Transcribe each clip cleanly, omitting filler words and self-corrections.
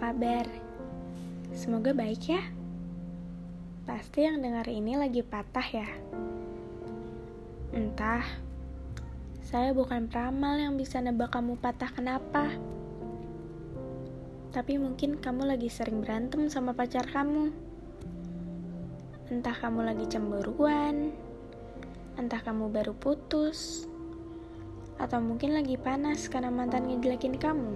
kabar? Semoga baik ya. Pasti yang dengar ini lagi patah ya. Entah, saya bukan peramal yang bisa nebak kamu patah kenapa. Tapi mungkin kamu lagi sering berantem sama pacar kamu. Entah kamu lagi cemburuan, entah kamu baru putus, atau mungkin lagi panas karena mantan ngejelekin kamu.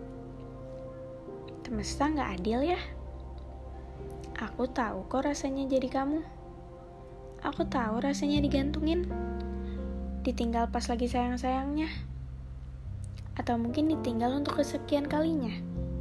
Semesta gak adil ya. Aku tahu kok rasanya jadi kamu. Aku tahu rasanya digantungin, ditinggal pas lagi sayang-sayangnya, atau mungkin ditinggal untuk kesekian kalinya.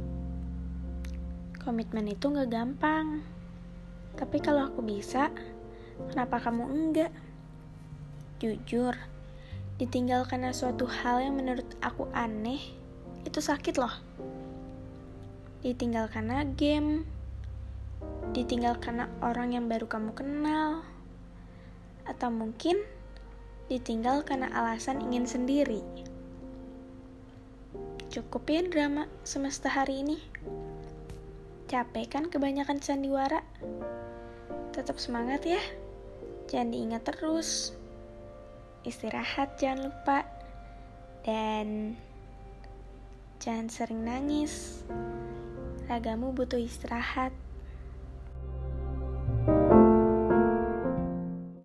Komitmen itu gak gampang. Tapi kalau aku bisa, kenapa kamu enggak? Jujur, ditinggal karena suatu hal yang menurut aku aneh, itu sakit loh. Ditinggal karena game, ditinggal karena orang yang baru kamu kenal, atau mungkin ditinggal karena alasan ingin sendiri. Cukup ya drama semesta hari ini. Capek kan kebanyakan sandiwara? Tetap semangat ya. Jangan diingat terus. Istirahat jangan lupa. Dan jangan sering nangis. Ragamu butuh istirahat.